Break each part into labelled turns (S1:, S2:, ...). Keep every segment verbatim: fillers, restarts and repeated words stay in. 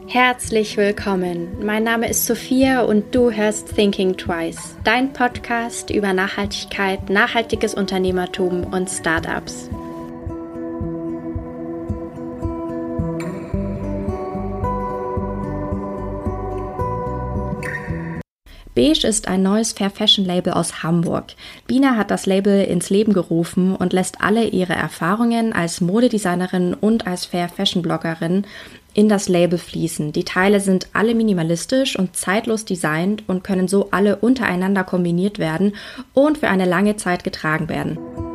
S1: Herzlich willkommen. Mein Name ist Sophia und du hörst Thinking Twice, dein Podcast über Nachhaltigkeit, nachhaltiges Unternehmertum und Startups. Beige ist ein neues Fair Fashion Label aus Hamburg. Bina hat das Label ins Leben gerufen und lässt alle ihre Erfahrungen als Modedesignerin und als Fair Fashion Bloggerin in das Label fließen. Die Teile sind alle minimalistisch und zeitlos designt und können so alle untereinander kombiniert werden und für eine lange Zeit getragen werden.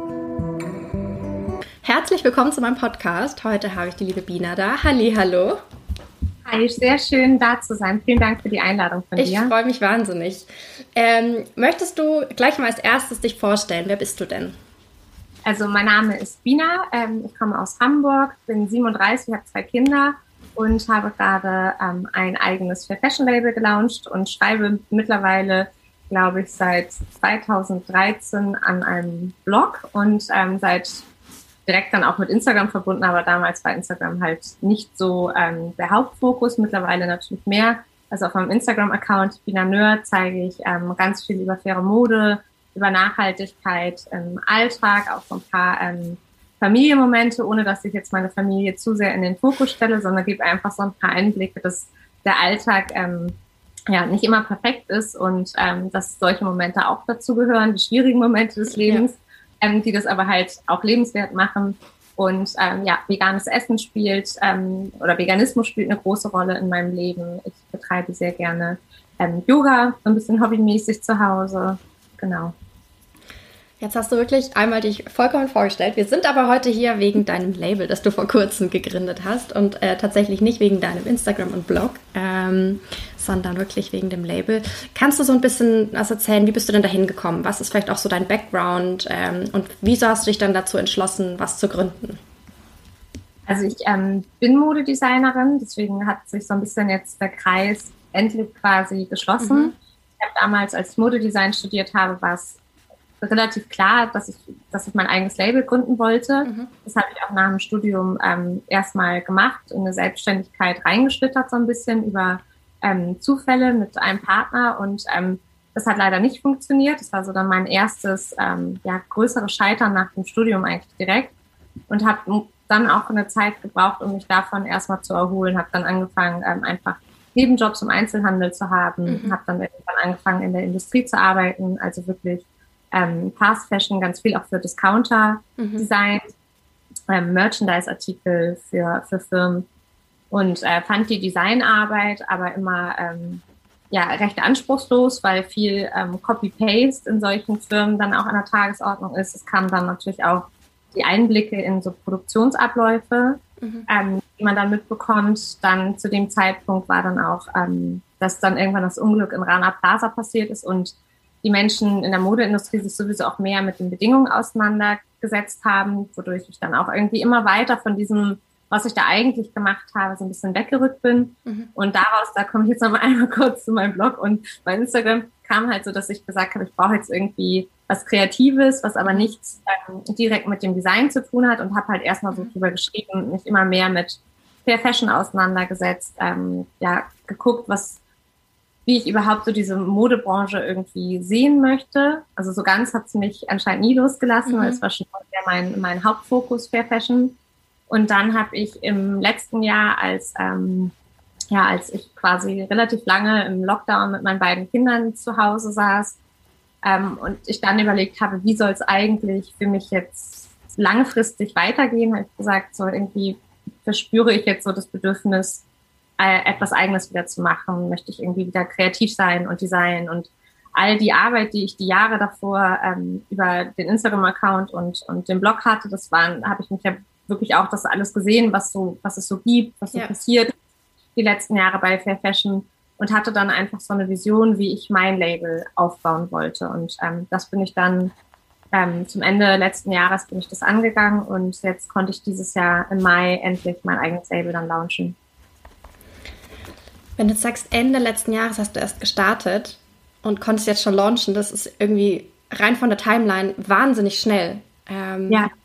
S1: Herzlich willkommen zu meinem Podcast. Heute habe ich die liebe Bina da. Hallihallo.
S2: Hi, sehr schön da zu sein. Vielen Dank für die Einladung von dir.
S1: Ich freue mich wahnsinnig. Ähm, möchtest du gleich mal als erstes dich vorstellen? Wer bist du denn?
S2: Also mein Name ist Bina, ähm, ich komme aus Hamburg, bin siebenunddreißig, habe zwei Kinder und habe gerade ähm, ein eigenes Fair Fashion Label gelauncht und schreibe mittlerweile, glaube ich, seit zweitausenddreizehn an einem Blog und ähm, seit direkt dann auch mit Instagram verbunden, aber damals war Instagram halt nicht so ähm, der Hauptfokus, mittlerweile natürlich mehr. Also auf meinem Instagram-Account Bina Nör zeige ich ähm, ganz viel über faire Mode, über Nachhaltigkeit im Alltag, auch so ein paar ähm, Familienmomente, ohne dass ich jetzt meine Familie zu sehr in den Fokus stelle, sondern gebe einfach so ein paar Einblicke, dass der Alltag ähm, ja nicht immer perfekt ist und ähm, dass solche Momente auch dazugehören, die schwierigen Momente des Lebens. Ja. Ähm, die das aber halt auch lebenswert machen. Und ähm, ja, veganes Essen spielt ähm, oder Veganismus spielt eine große Rolle in meinem Leben. Ich betreibe sehr gerne ähm, Yoga, so ein bisschen hobbymäßig zu Hause. Genau.
S1: Jetzt hast du wirklich einmal dich vollkommen vorgestellt. Wir sind aber heute hier wegen deinem Label, das du vor kurzem gegründet hast und äh, tatsächlich nicht wegen deinem Instagram und Blog, ähm, sondern wirklich wegen dem Label. Kannst du so ein bisschen was erzählen, wie bist du denn dahin gekommen? Was ist vielleicht auch so dein Background ähm, und wieso hast du dich dann dazu entschlossen, was zu gründen?
S2: Also ich ähm, bin Modedesignerin, deswegen hat sich so ein bisschen jetzt der Kreis endlich quasi geschlossen. Mhm. Ich habe damals, als ich Modedesign studiert habe, war es relativ klar, dass ich, dass ich mein eigenes Label gründen wollte. Mhm. Das habe ich auch nach dem Studium ähm, erstmal gemacht, in eine Selbstständigkeit reingeschlittert so ein bisschen über ähm, Zufälle mit einem Partner und ähm, das hat leider nicht funktioniert. Das war so dann mein erstes ähm, ja, größeres Scheitern nach dem Studium eigentlich direkt und habe dann auch eine Zeit gebraucht, um mich davon erstmal zu erholen. Habe dann angefangen, ähm, einfach Nebenjobs im Einzelhandel zu haben, mhm. habe dann irgendwann angefangen, in der Industrie zu arbeiten, also wirklich Ähm, Fast Fashion, ganz viel auch für Discounter mhm. designt, ähm, Merchandise-Artikel für, für Firmen und äh, fand die Designarbeit aber immer ähm, ja, recht anspruchslos, weil viel ähm, Copy-Paste in solchen Firmen dann auch an der Tagesordnung ist. Es kamen dann natürlich auch die Einblicke in so Produktionsabläufe, mhm. ähm, die man dann mitbekommt. Dann zu dem Zeitpunkt war dann auch, ähm, dass dann irgendwann das Unglück in Rana Plaza passiert ist und die Menschen in der Modeindustrie sich sowieso auch mehr mit den Bedingungen auseinandergesetzt haben, wodurch ich dann auch irgendwie immer weiter von diesem, was ich da eigentlich gemacht habe, so ein bisschen weggerückt bin. Mhm. Und daraus, da komme ich jetzt noch einmal kurz zu meinem Blog und mein Instagram, kam halt so, dass ich gesagt habe, ich brauche jetzt irgendwie was Kreatives, was aber nichts ähm, direkt mit dem Design zu tun hat und habe halt erstmal so drüber geschrieben, mich immer mehr mit Fair Fashion auseinandergesetzt, ähm, ja, geguckt, was wie ich überhaupt so diese Modebranche irgendwie sehen möchte. Also so ganz hat es mich anscheinend nie losgelassen, mhm. weil es war schon mein, mein Hauptfokus Fair Fashion. Und dann habe ich im letzten Jahr, als ähm, ja, als ich quasi relativ lange im Lockdown mit meinen beiden Kindern zu Hause saß ähm, und ich dann überlegt habe, wie soll es eigentlich für mich jetzt langfristig weitergehen, habe ich gesagt, so irgendwie verspüre ich jetzt so das Bedürfnis, etwas Eigenes wieder zu machen, möchte ich irgendwie wieder kreativ sein und designen und all die Arbeit, die ich die Jahre davor ähm, über den Instagram-Account und und den Blog hatte, das waren, habe ich mich ja wirklich auch das alles gesehen, was so was es so gibt, was so ja. passiert die letzten Jahre bei Fair Fashion und hatte dann einfach so eine Vision, wie ich mein Label aufbauen wollte und ähm, das bin ich dann ähm, zum Ende letzten Jahres bin ich das angegangen und jetzt konnte ich dieses Jahr im Mai endlich mein eigenes Label dann launchen.
S1: Wenn du sagst, Ende letzten Jahres hast du erst gestartet und konntest jetzt schon launchen, das ist irgendwie rein von der Timeline wahnsinnig schnell. Ähm,
S2: ja.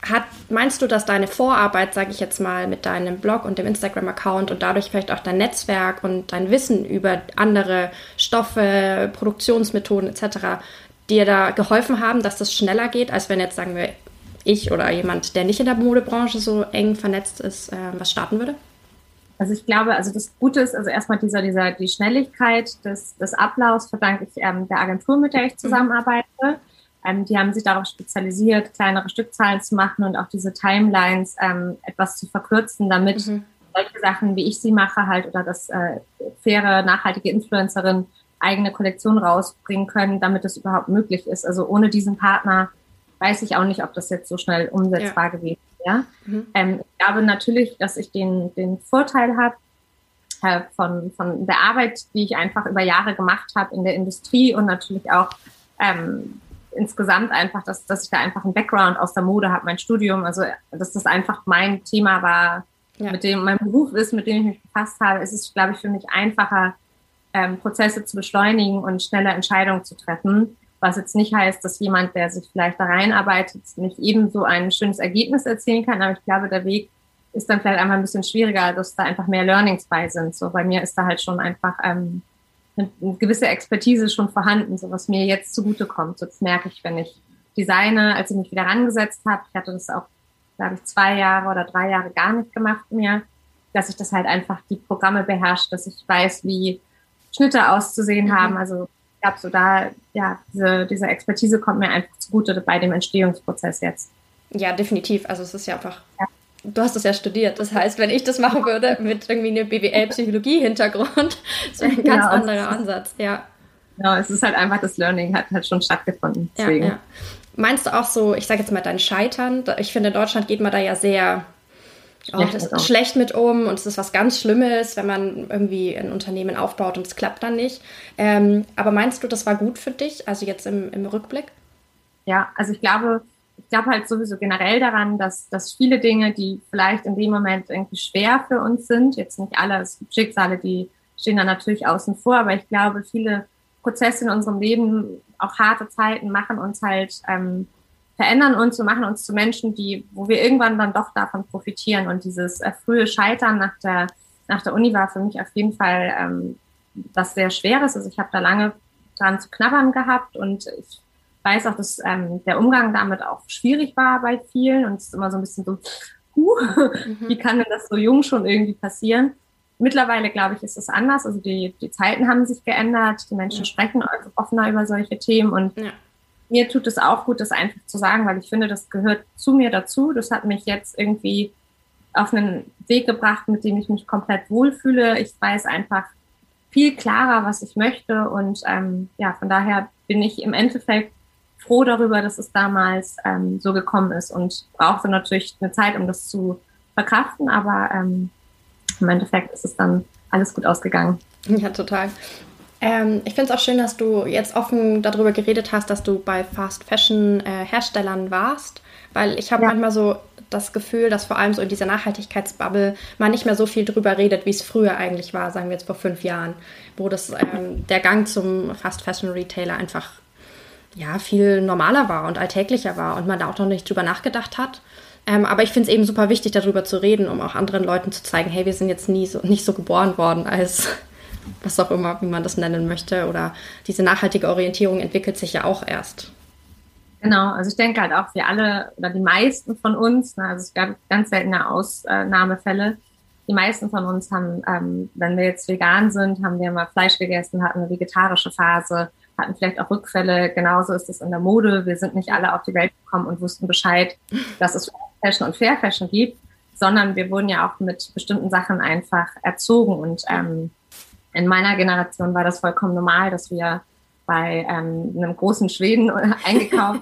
S1: Hat, meinst du, dass deine Vorarbeit, sage ich jetzt mal, mit deinem Blog und dem Instagram-Account und dadurch vielleicht auch dein Netzwerk und dein Wissen über andere Stoffe, Produktionsmethoden et cetera dir da geholfen haben, dass das schneller geht, als wenn jetzt, sagen wir, ich oder jemand, der nicht in der Modebranche so eng vernetzt ist, äh, was starten würde?
S2: Also ich glaube, also das Gute ist, also erstmal dieser, dieser, die Schnelligkeit des, des Ablaufs verdanke ich ähm, der Agentur, mit der ich zusammenarbeite. Mhm. Ähm, die haben sich darauf spezialisiert, kleinere Stückzahlen zu machen und auch diese Timelines ähm, etwas zu verkürzen, damit mhm. solche Sachen, wie ich sie mache, halt oder das äh, faire, nachhaltige Influencerin eigene Kollektion rausbringen können, damit es überhaupt möglich ist. Also ohne diesen Partner weiß ich auch nicht, ob das jetzt so schnell umsetzbar ja. gewesen wäre. Mhm. Ähm, ich glaube natürlich, dass ich den, den Vorteil habe äh, von, von der Arbeit, die ich einfach über Jahre gemacht habe in der Industrie und natürlich auch ähm, insgesamt einfach, dass, dass ich da einfach einen Background aus der Mode habe, mein Studium, also dass das einfach mein Thema war, ja. mit dem mein Beruf ist, mit dem ich mich befasst habe, ist es, glaube ich, für mich einfacher, ähm, Prozesse zu beschleunigen und schnelle Entscheidungen zu treffen, was jetzt nicht heißt, dass jemand, der sich vielleicht da reinarbeitet, nicht ebenso ein schönes Ergebnis erzielen kann, aber ich glaube, der Weg ist dann vielleicht einfach ein bisschen schwieriger, dass da einfach mehr Learnings bei sind. So bei mir ist da halt schon einfach ähm, eine gewisse Expertise schon vorhanden, so was mir jetzt zugutekommt. So, das merke ich, wenn ich designe, als ich mich wieder rangesetzt habe. Ich hatte das auch, glaube ich, zwei Jahre oder drei Jahre gar nicht gemacht mehr, dass ich das halt einfach die Programme beherrsche, dass ich weiß, wie Schnitte auszusehen mhm. haben. Also ich glaube, so da, ja, diese, diese Expertise kommt mir einfach zugute bei dem Entstehungsprozess jetzt.
S1: Ja, definitiv. Also es ist ja einfach... Ja. Du hast das ja studiert. Das heißt, wenn ich das machen würde mit irgendwie einem B W L-Psychologie-Hintergrund, das wäre ein ganz ja, anderer Ansatz. Ja.
S2: Genau, es ist halt einfach, das Learning hat halt schon stattgefunden.
S1: Ja, ja. Meinst du auch so, ich sage jetzt mal dein Scheitern? Ich finde, in Deutschland geht man da ja sehr oh, das ist schlecht mit um und es ist was ganz Schlimmes, wenn man irgendwie ein Unternehmen aufbaut und es klappt dann nicht. Ähm, aber meinst du, das war gut für dich, also jetzt im, im Rückblick?
S2: Ja, also ich glaube... Ich glaube halt sowieso generell daran, dass, dass viele Dinge, die vielleicht in dem Moment irgendwie schwer für uns sind, jetzt nicht alle, es gibt Schicksale, die stehen da natürlich außen vor, aber ich glaube, viele Prozesse in unserem Leben, auch harte Zeiten, machen uns halt, ähm, verändern uns und machen uns zu Menschen, die, wo wir irgendwann dann doch davon profitieren. Und dieses äh, frühe Scheitern nach der, nach der Uni war für mich auf jeden Fall ähm, was sehr Schweres. Also ich habe da lange dran zu knabbern gehabt und ich weiß auch, dass ähm, der Umgang damit auch schwierig war bei vielen und es ist immer so ein bisschen so, huh, mhm. wie kann denn das so jung schon irgendwie passieren? Mittlerweile, glaube ich, ist es anders. Also die, die Zeiten haben sich geändert, die Menschen ja. sprechen also offener über solche Themen und ja. mir tut es auch gut, das einfach zu sagen, weil ich finde, das gehört zu mir dazu. Das hat mich jetzt irgendwie auf einen Weg gebracht, mit dem ich mich komplett wohlfühle. Ich weiß einfach viel klarer, was ich möchte und ähm, ja, von daher bin ich im Endeffekt froh darüber, dass es damals ähm, so gekommen ist und brauchte natürlich eine Zeit, um das zu verkraften, aber ähm, im Endeffekt ist es dann alles gut ausgegangen.
S1: Ja, total. Ähm, ich finde es auch schön, dass du jetzt offen darüber geredet hast, dass du bei Fast Fashion äh, Herstellern warst, weil ich habe ja. manchmal so das Gefühl, dass vor allem so in dieser Nachhaltigkeitsbubble man nicht mehr so viel drüber redet, wie es früher eigentlich war, sagen wir jetzt vor fünf Jahren, wo das ähm, der Gang zum Fast Fashion Retailer einfach ja, viel normaler war und alltäglicher war und man da auch noch nicht drüber nachgedacht hat. Ähm, aber ich finde es eben super wichtig, darüber zu reden, um auch anderen Leuten zu zeigen, hey, wir sind jetzt nie so, nicht so geboren worden als was auch immer, wie man das nennen möchte. Oder diese nachhaltige Orientierung entwickelt sich ja auch erst.
S2: Genau, also ich denke halt auch, wir alle oder die meisten von uns, also es gab ganz seltene Ausnahmefälle, die meisten von uns haben, ähm, wenn wir jetzt vegan sind, haben wir mal Fleisch gegessen, hatten eine vegetarische Phase, hatten vielleicht auch Rückfälle. Genauso ist es in der Mode. Wir sind nicht alle auf die Welt gekommen und wussten Bescheid, dass es Fashion und Fair Fashion gibt, sondern wir wurden ja auch mit bestimmten Sachen einfach erzogen. Und ähm, in meiner Generation war das vollkommen normal, dass wir bei ähm, einem großen Schweden eingekauft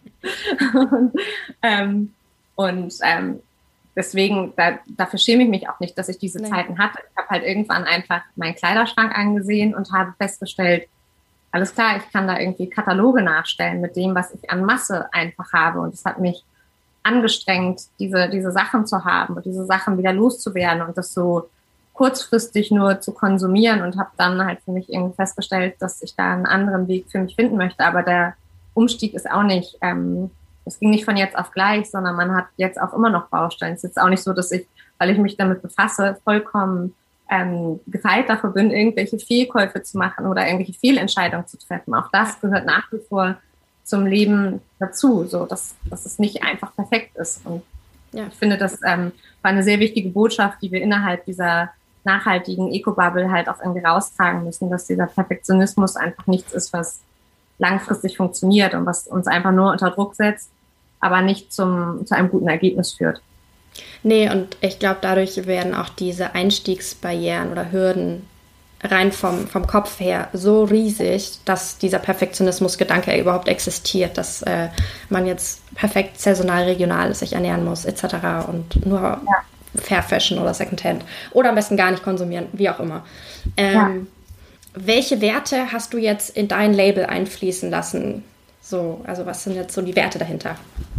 S2: haben. und ähm, und ähm, deswegen, da, dafür schäme ich mich auch nicht, dass ich diese nee. Zeiten hatte. Ich habe halt irgendwann einfach meinen Kleiderschrank angesehen und habe festgestellt, alles klar, ich kann da irgendwie Kataloge nachstellen mit dem, was ich an Masse einfach habe. Und es hat mich angestrengt, diese diese Sachen zu haben und diese Sachen wieder loszuwerden und das so kurzfristig nur zu konsumieren und habe dann halt für mich irgendwie festgestellt, dass ich da einen anderen Weg für mich finden möchte. Aber der Umstieg ist auch nicht ähm, das ging nicht von jetzt auf gleich, sondern man hat jetzt auch immer noch Bausteine. Es ist jetzt auch nicht so, dass ich, weil ich mich damit befasse, vollkommen ähm, gefeit dafür bin, irgendwelche Fehlkäufe zu machen oder irgendwelche Fehlentscheidungen zu treffen. Auch das gehört nach wie vor zum Leben dazu, so dass, dass es nicht einfach perfekt ist. Und ja. ich finde, das ähm, war eine sehr wichtige Botschaft, die wir innerhalb dieser nachhaltigen Eco-Bubble halt auch irgendwie raustragen müssen, dass dieser Perfektionismus einfach nichts ist, was langfristig funktioniert und was uns einfach nur unter Druck setzt, aber nicht zum, zu einem guten Ergebnis führt.
S1: Nee, und ich glaube, dadurch werden auch diese Einstiegsbarrieren oder Hürden rein vom, vom Kopf her so riesig, dass dieser Perfektionismus-Gedanke überhaupt existiert, dass äh, man jetzt perfekt saisonal, regional sich ernähren muss, et cetera und nur ja. Fair Fashion oder Secondhand oder am besten gar nicht konsumieren, wie auch immer. Ähm, ja. Welche Werte hast du jetzt in dein Label einfließen lassen? So, also was sind jetzt so die Werte dahinter?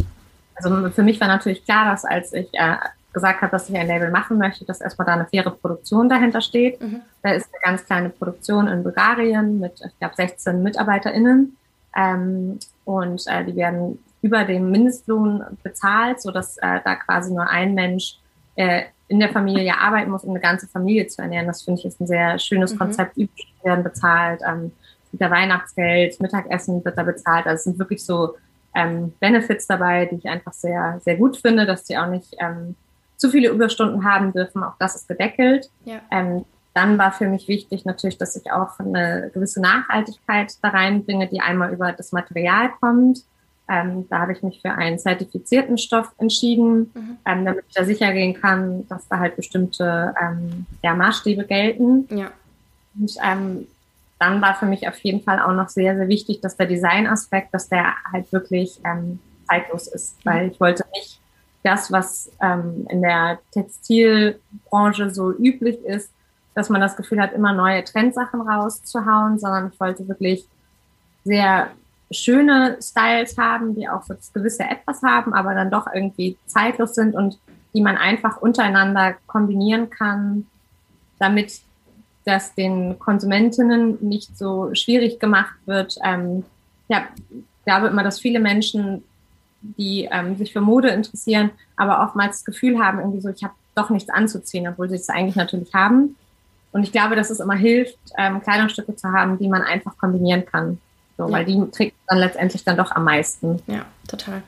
S2: Also für mich war natürlich klar, dass als ich äh, gesagt habe, dass ich ein Label machen möchte, dass erstmal da eine faire Produktion dahinter steht. Mhm. Da ist eine ganz kleine Produktion in Bulgarien mit, ich glaube, sechzehn MitarbeiterInnen. Ähm, und äh, die werden über dem Mindestlohn bezahlt, sodass äh, da quasi nur ein Mensch äh, in der Familie arbeiten muss, um eine ganze Familie zu ernähren. Das finde ich ist ein sehr schönes mhm. Konzept. Übungen werden bezahlt, ähm, der Weihnachtsgeld, Mittagessen wird da bezahlt. Also es sind wirklich so ähm, Benefits dabei, die ich einfach sehr, sehr gut finde, dass die auch nicht ähm, zu viele Überstunden haben dürfen. Auch das ist gedeckelt. Ja. Ähm, dann war für mich wichtig natürlich, dass ich auch eine gewisse Nachhaltigkeit da reinbringe, die einmal über das Material kommt. Ähm, da habe ich mich für einen zertifizierten Stoff entschieden, mhm. ähm, damit ich da sicher gehen kann, dass da halt bestimmte ähm, ja, Maßstäbe gelten. Ja. Und ähm, dann war für mich auf jeden Fall auch noch sehr, sehr wichtig, dass der Designaspekt, dass der halt wirklich ähm, zeitlos ist. Mhm. Weil ich wollte nicht das, was ähm, in der Textilbranche so üblich ist, dass man das Gefühl hat, immer neue Trendsachen rauszuhauen, sondern ich wollte wirklich sehr schöne Styles haben, die auch so das gewisse Etwas haben, aber dann doch irgendwie zeitlos sind und die man einfach untereinander kombinieren kann, damit das den Konsumentinnen nicht so schwierig gemacht wird. Ähm, ja, ich glaube immer, dass viele Menschen, die ähm, sich für Mode interessieren, aber oftmals das Gefühl haben, irgendwie so, ich habe doch nichts anzuziehen, obwohl sie es eigentlich natürlich haben. Und ich glaube, dass es immer hilft, ähm, Kleidungsstücke zu haben, die man einfach kombinieren kann. So, ja. Weil die trägt dann letztendlich dann doch am meisten.
S1: Ja, total.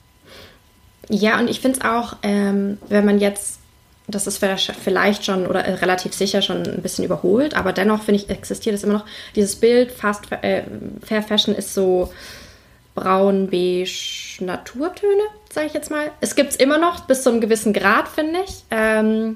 S1: Ja, und ich finde es auch, ähm, wenn man jetzt, das ist vielleicht schon oder relativ sicher schon ein bisschen überholt, aber dennoch finde ich, existiert es immer noch. Dieses Bild, Fast äh, Fair Fashion ist so braun, beige, Naturtöne, sage ich jetzt mal. Es gibt es immer noch bis zu einem gewissen Grad, finde ich. Ähm,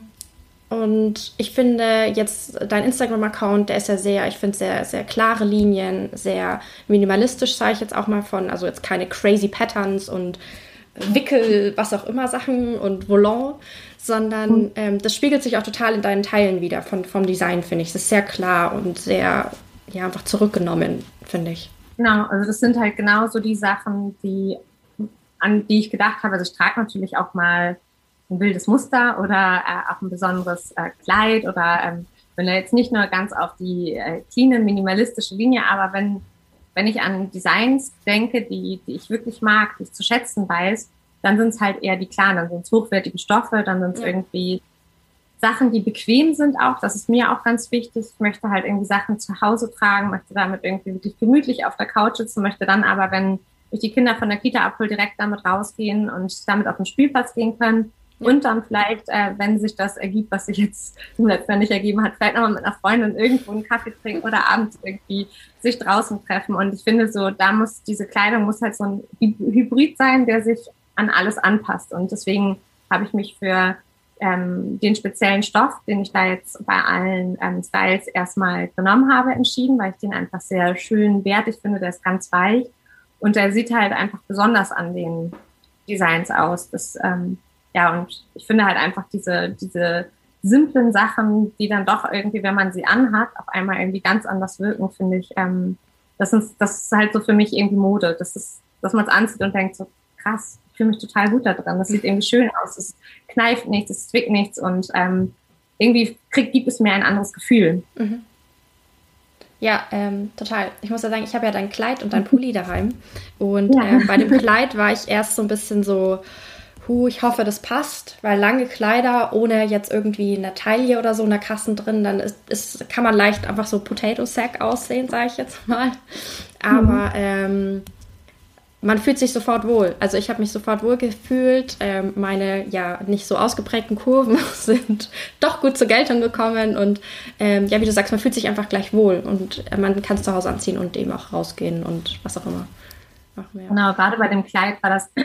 S1: und ich finde jetzt, dein Instagram-Account, der ist ja sehr, ich finde sehr, sehr klare Linien, sehr minimalistisch, sage ich jetzt auch mal von, also jetzt keine crazy Patterns und Wickel, was auch immer Sachen und Volant, sondern ähm, das spiegelt sich auch total in deinen Teilen wieder von, vom Design, finde ich. Es ist sehr klar und sehr, ja, einfach zurückgenommen, finde ich.
S2: Genau, also das sind halt genauso die Sachen, die, an die ich gedacht habe. Also ich trage natürlich auch mal ein wildes Muster oder äh, auch ein besonderes äh, Kleid oder ähm, bin da jetzt nicht nur ganz auf die äh, clean, minimalistische Linie, aber wenn wenn ich an Designs denke, die die ich wirklich mag, die ich zu schätzen weiß, dann sind es halt eher die klaren, dann sind es hochwertige Stoffe, dann sind es ja. irgendwie Sachen, die bequem sind auch. Das ist mir auch ganz wichtig. Ich möchte halt irgendwie Sachen zu Hause tragen, möchte damit irgendwie wirklich gemütlich auf der Couch sitzen, möchte dann aber, wenn ich die Kinder von der Kita abhole, direkt damit rausgehen und damit auf den Spielplatz gehen können. Ja. Und dann vielleicht, äh, wenn sich das ergibt, was sich jetzt letztendlich ergeben hat, vielleicht nochmal mit einer Freundin irgendwo einen Kaffee trinken oder abends irgendwie sich draußen treffen. Und ich finde so, da muss diese Kleidung muss halt so ein Hybrid sein, der sich an alles anpasst. Und deswegen habe ich mich für ähm, den speziellen Stoff, den ich da jetzt bei allen ähm, Styles erstmal genommen habe, entschieden, weil ich den einfach sehr schön wertig finde. Der ist ganz weich und der sieht halt einfach besonders an den Designs aus. Das ähm, Ja, und ich finde halt einfach diese, diese simplen Sachen, die dann doch irgendwie, wenn man sie anhat, auf einmal irgendwie ganz anders wirken, finde ich, ähm, das ist, das ist halt so für mich irgendwie Mode. Das ist, dass man es anzieht und denkt so, krass, ich fühle mich total gut da dran. Das sieht irgendwie schön aus. Es kneift nichts, es zwickt nichts und ähm, irgendwie kriegt, gibt es mir ein anderes Gefühl.
S1: Mhm. Ja, ähm, total. Ich muss ja sagen, ich habe ja dein Kleid und dein Pulli daheim. Und ja. ähm, bei dem Kleid war ich erst so ein bisschen so, hu, ich hoffe, das passt, weil lange Kleider ohne jetzt irgendwie eine Taille oder so in der Kassen drin, dann ist, ist, kann man leicht einfach so Potato Sack aussehen, sage ich jetzt mal. Aber mhm. ähm, man fühlt sich sofort wohl. Also ich habe mich sofort wohl gefühlt. Ähm, meine ja nicht so ausgeprägten Kurven sind doch gut zur Geltung gekommen. Und ähm, ja, wie du sagst, man fühlt sich einfach gleich wohl. Und äh, man kann es zu Hause anziehen und eben auch rausgehen und was auch immer machen wir.
S2: Genau, gerade bei dem Kleid war das,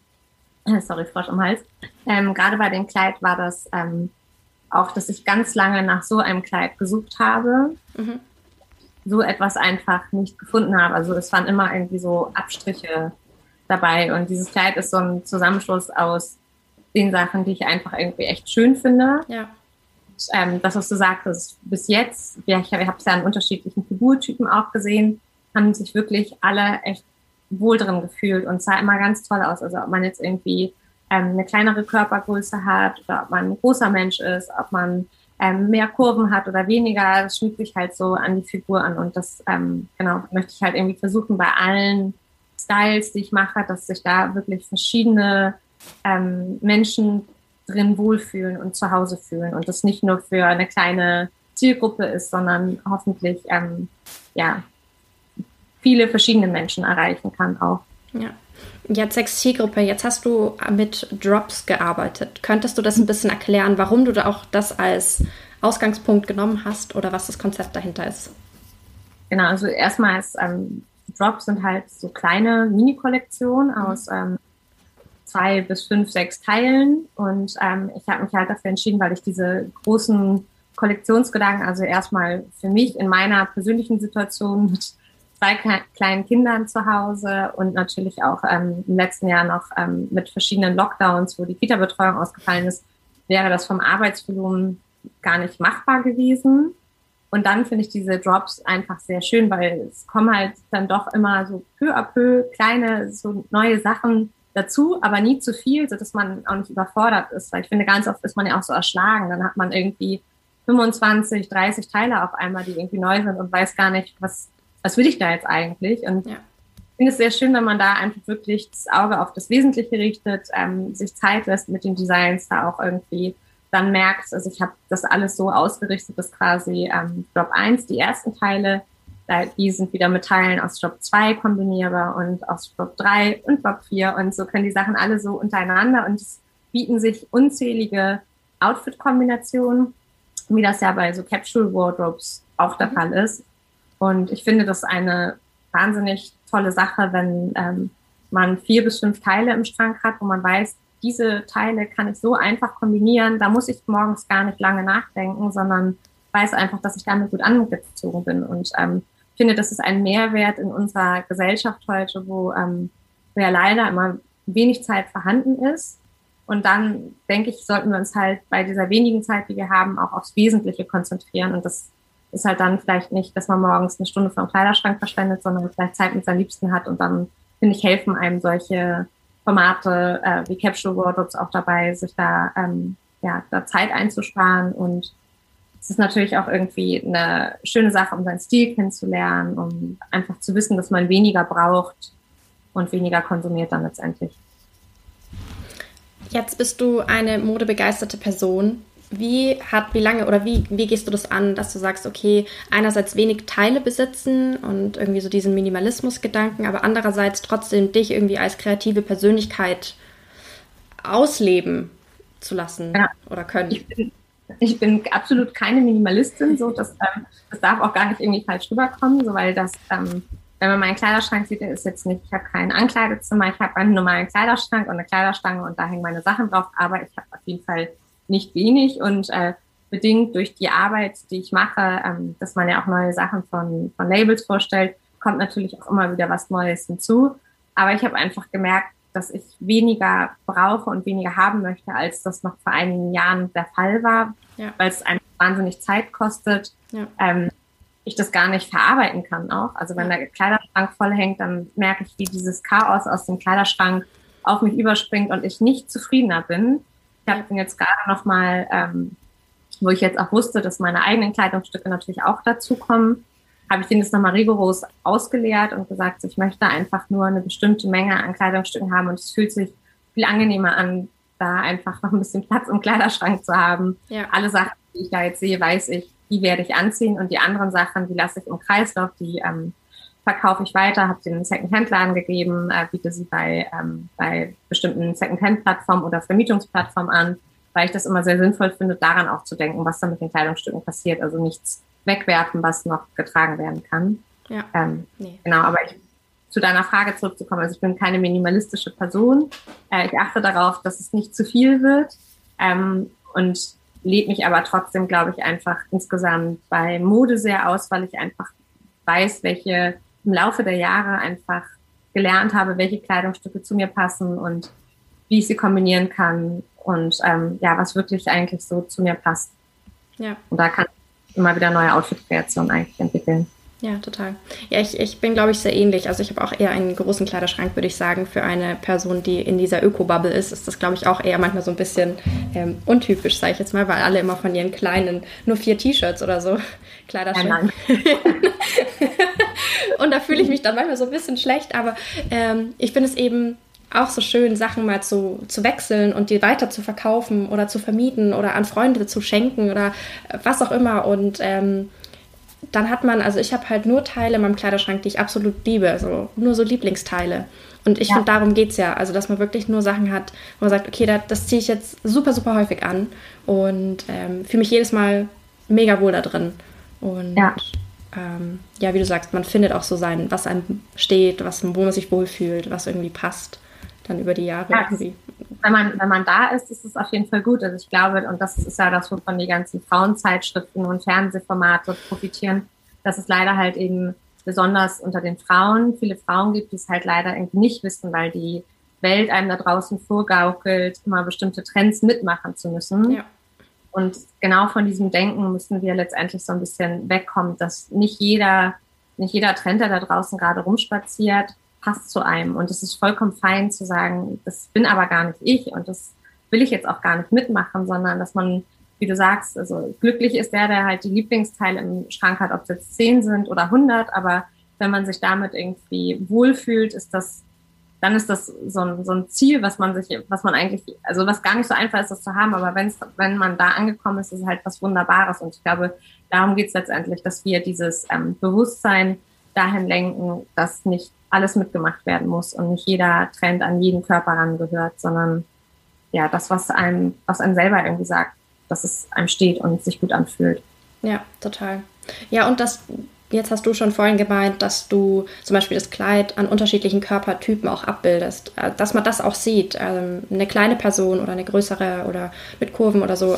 S2: sorry, Frosch im Hals. Ähm, gerade bei dem Kleid war das ähm, auch, dass ich ganz lange nach so einem Kleid gesucht habe. Mhm. So etwas einfach nicht gefunden habe. Also es waren immer irgendwie so Abstriche dabei. Und dieses Kleid ist so ein Zusammenschluss aus den Sachen, die ich einfach irgendwie echt schön finde.
S1: Ja.
S2: Und, ähm, das, was du sagtest, bis jetzt, ja, ich habe es ja an unterschiedlichen Figurtypen auch gesehen, haben sich wirklich alle echt wohl drin gefühlt und sah immer ganz toll aus. Also ob man jetzt irgendwie ähm, eine kleinere Körpergröße hat oder ob man ein großer Mensch ist, ob man ähm, mehr Kurven hat oder weniger, das schmiegt sich halt so an die Figur an. Und das ähm, genau möchte ich halt irgendwie versuchen bei allen Styles, die ich mache, dass sich da wirklich verschiedene ähm, Menschen drin wohlfühlen und zu Hause fühlen und das nicht nur für eine kleine Zielgruppe ist, sondern hoffentlich ähm, ja viele verschiedene Menschen erreichen kann auch.
S1: Ja. Jetzt sechs Zielgruppe, jetzt hast du mit Drops gearbeitet. Könntest du das ein bisschen erklären, warum du da auch das als Ausgangspunkt genommen hast oder was das Konzept dahinter ist?
S2: Genau, also erstmal ist ähm, Drops sind halt so kleine Mini-Kollektionen mhm. aus ähm, zwei bis fünf, sechs Teilen und ähm, ich habe mich halt dafür entschieden, weil ich diese großen Kollektionsgedanken, also erstmal für mich in meiner persönlichen Situation mit zwei kleinen Kindern zu Hause und natürlich auch ähm, im letzten Jahr noch ähm, mit verschiedenen Lockdowns, wo die Kita-Betreuung ausgefallen ist, wäre das vom Arbeitsvolumen gar nicht machbar gewesen. Und dann finde ich diese Drops einfach sehr schön, weil es kommen halt dann doch immer so peu à peu kleine, so neue Sachen dazu, aber nie zu viel, sodass man auch nicht überfordert ist. Weil ich finde, ganz oft ist man ja auch so erschlagen. Dann hat man irgendwie fünfundzwanzig, dreißig Teile auf einmal, die irgendwie neu sind und weiß gar nicht, was was will ich da jetzt eigentlich? Und ja. ich finde es sehr schön, wenn man da einfach wirklich das Auge auf das Wesentliche richtet, ähm, sich Zeit lässt mit den Designs, da auch irgendwie dann merkt, also ich habe das alles so ausgerichtet, dass quasi ähm, Drop eins, die ersten Teile, da, die sind wieder mit Teilen aus Drop zwei kombinierbar und aus Drop drei und Drop vier und so können die Sachen alle so untereinander und es bieten sich unzählige Outfit-Kombinationen, wie das ja bei so Capsule Wardrobes auch der mhm. Fall ist. Und ich finde das eine wahnsinnig tolle Sache, wenn ähm, man vier bis fünf Teile im Schrank hat, wo man weiß, diese Teile kann ich so einfach kombinieren, da muss ich morgens gar nicht lange nachdenken, sondern weiß einfach, dass ich damit gut angezogen bin. Und ähm, ich finde, das ist ein Mehrwert in unserer Gesellschaft heute, wo, ähm, wo ja leider immer wenig Zeit vorhanden ist. Und dann, denke ich, sollten wir uns halt bei dieser wenigen Zeit, die wir haben, auch aufs Wesentliche konzentrieren. Und das ist halt dann vielleicht nicht, dass man morgens eine Stunde vor dem Kleiderschrank verschwendet, sondern vielleicht Zeit mit seinen Liebsten hat und dann, finde ich, helfen einem solche Formate äh, wie Capsule Wardrobes auch dabei, sich da, ähm, ja, da Zeit einzusparen und es ist natürlich auch irgendwie eine schöne Sache, um seinen Stil kennenzulernen, um einfach zu wissen, dass man weniger braucht und weniger konsumiert dann letztendlich.
S1: Jetzt bist du eine modebegeisterte Person. Wie hat, wie lange oder wie, wie gehst du das an, dass du sagst, okay, einerseits wenig Teile besitzen und irgendwie so diesen Minimalismus-Gedanken, aber andererseits trotzdem dich irgendwie als kreative Persönlichkeit ausleben zu lassen ja. oder können?
S2: Ich bin, ich bin absolut keine Minimalistin, so das, ähm, das darf auch gar nicht irgendwie falsch rüberkommen, so weil das, ähm, wenn man meinen Kleiderschrank sieht, ist jetzt nicht, ich habe kein Ankleidezimmer, ich habe einen normalen Kleiderschrank und eine Kleiderstange und da hängen meine Sachen drauf, aber ich habe auf jeden Fall nicht wenig und äh, bedingt durch die Arbeit, die ich mache, ähm, dass man ja auch neue Sachen von, von Labels vorstellt, kommt natürlich auch immer wieder was Neues hinzu. Aber ich habe einfach gemerkt, dass ich weniger brauche und weniger haben möchte, als das noch vor einigen Jahren der Fall war, ja. weil es einfach wahnsinnig Zeit kostet. Ja. Ähm, ich das gar nicht verarbeiten kann auch. Also wenn ja. der Kleiderschrank voll hängt, dann merke ich, wie dieses Chaos aus dem Kleiderschrank auf mich überspringt und ich nicht zufriedener bin. Ich habe den jetzt gerade nochmal, ähm, wo ich jetzt auch wusste, dass meine eigenen Kleidungsstücke natürlich auch dazukommen, habe ich denen das nochmal rigoros ausgeleert und gesagt, ich möchte einfach nur eine bestimmte Menge an Kleidungsstücken haben und es fühlt sich viel angenehmer an, da einfach noch ein bisschen Platz im Kleiderschrank zu haben. Ja. Alle Sachen, die ich da jetzt sehe, weiß ich, die werde ich anziehen und die anderen Sachen, die lasse ich im Kreislauf, die ähm, verkaufe ich weiter, habe sie in einen Second-Hand-Laden gegeben, äh, biete sie bei, ähm, bei bestimmten Second-Hand-Plattformen oder Vermietungsplattformen an, weil ich das immer sehr sinnvoll finde, daran auch zu denken, was da mit den Kleidungsstücken passiert. Also nichts wegwerfen, was noch getragen werden kann. Ja. Ähm, nee. Genau, aber ich, zu deiner Frage zurückzukommen, also ich bin keine minimalistische Person. Äh, ich achte darauf, dass es nicht zu viel wird ähm, und lebe mich aber trotzdem, glaube ich, einfach insgesamt bei Mode sehr aus, weil ich einfach weiß, welche im Laufe der Jahre einfach gelernt habe, welche Kleidungsstücke zu mir passen und wie ich sie kombinieren kann und ähm, ja, was wirklich eigentlich so zu mir passt. Ja. Und da kann ich immer wieder neue Outfit-Kreationen eigentlich entwickeln.
S1: Ja, total. Ja, ich, ich bin, glaube ich, sehr ähnlich. Also ich habe auch eher einen großen Kleiderschrank, würde ich sagen. Für eine Person, die in dieser Öko-Bubble ist, ist das, glaube ich, auch eher manchmal so ein bisschen ähm, untypisch, sage ich jetzt mal, weil alle immer von ihren kleinen, nur vier T-Shirts oder so Kleiderschrank. Ja, und da fühle ich mich dann manchmal so ein bisschen schlecht, aber ähm, ich finde es eben auch so schön, Sachen mal zu, zu wechseln und die weiter zu verkaufen oder zu vermieten oder an Freunde zu schenken oder was auch immer. Und ähm, dann hat man, also ich habe halt nur Teile in meinem Kleiderschrank, die ich absolut liebe, so, nur so Lieblingsteile. Und ich ja. finde, darum geht's ja. Also, dass man wirklich nur Sachen hat, wo man sagt, okay, das, das ziehe ich jetzt super, super häufig an und ähm, fühle mich jedes Mal mega wohl da drin. Und ja. Ähm, ja, wie du sagst, man findet auch so sein, was einem steht, was, wo man sich wohlfühlt, was irgendwie passt, dann über die Jahre ja, irgendwie.
S2: Wenn man, wenn man da ist, ist es auf jeden Fall gut. Also ich glaube, und das ist ja das, wovon die ganzen Frauenzeitschriften und Fernsehformate profitieren, dass es leider halt eben besonders unter den Frauen viele Frauen gibt, die es halt leider irgendwie nicht wissen, weil die Welt einem da draußen vorgaukelt, immer bestimmte Trends mitmachen zu müssen. Ja. Und genau von diesem Denken müssen wir letztendlich so ein bisschen wegkommen, dass nicht jeder, nicht jeder Trend, der da draußen gerade rumspaziert, passt zu einem. Und es ist vollkommen fein zu sagen, das bin aber gar nicht ich und das will ich jetzt auch gar nicht mitmachen, sondern dass man, wie du sagst, also glücklich ist der, der halt die Lieblingsteile im Schrank hat, ob es jetzt zehn sind oder hundert, aber wenn man sich damit irgendwie wohlfühlt, ist das dann ist das so ein, so ein Ziel, was man sich, was man eigentlich, also was gar nicht so einfach ist, das zu haben, aber wenn's, wenn man da angekommen ist, ist es halt was Wunderbares. Und ich glaube, darum geht es letztendlich, dass wir dieses ähm, Bewusstsein dahin lenken, dass nicht alles mitgemacht werden muss und nicht jeder Trend an jeden Körper rangehört, sondern ja, das, was einem, was einem selber irgendwie sagt, dass es einem steht und sich gut anfühlt.
S1: Ja, total. Ja, und das Jetzt hast du schon vorhin gemeint, dass du zum Beispiel das Kleid an unterschiedlichen Körpertypen auch abbildest, dass man das auch sieht, eine kleine Person oder eine größere oder mit Kurven oder so.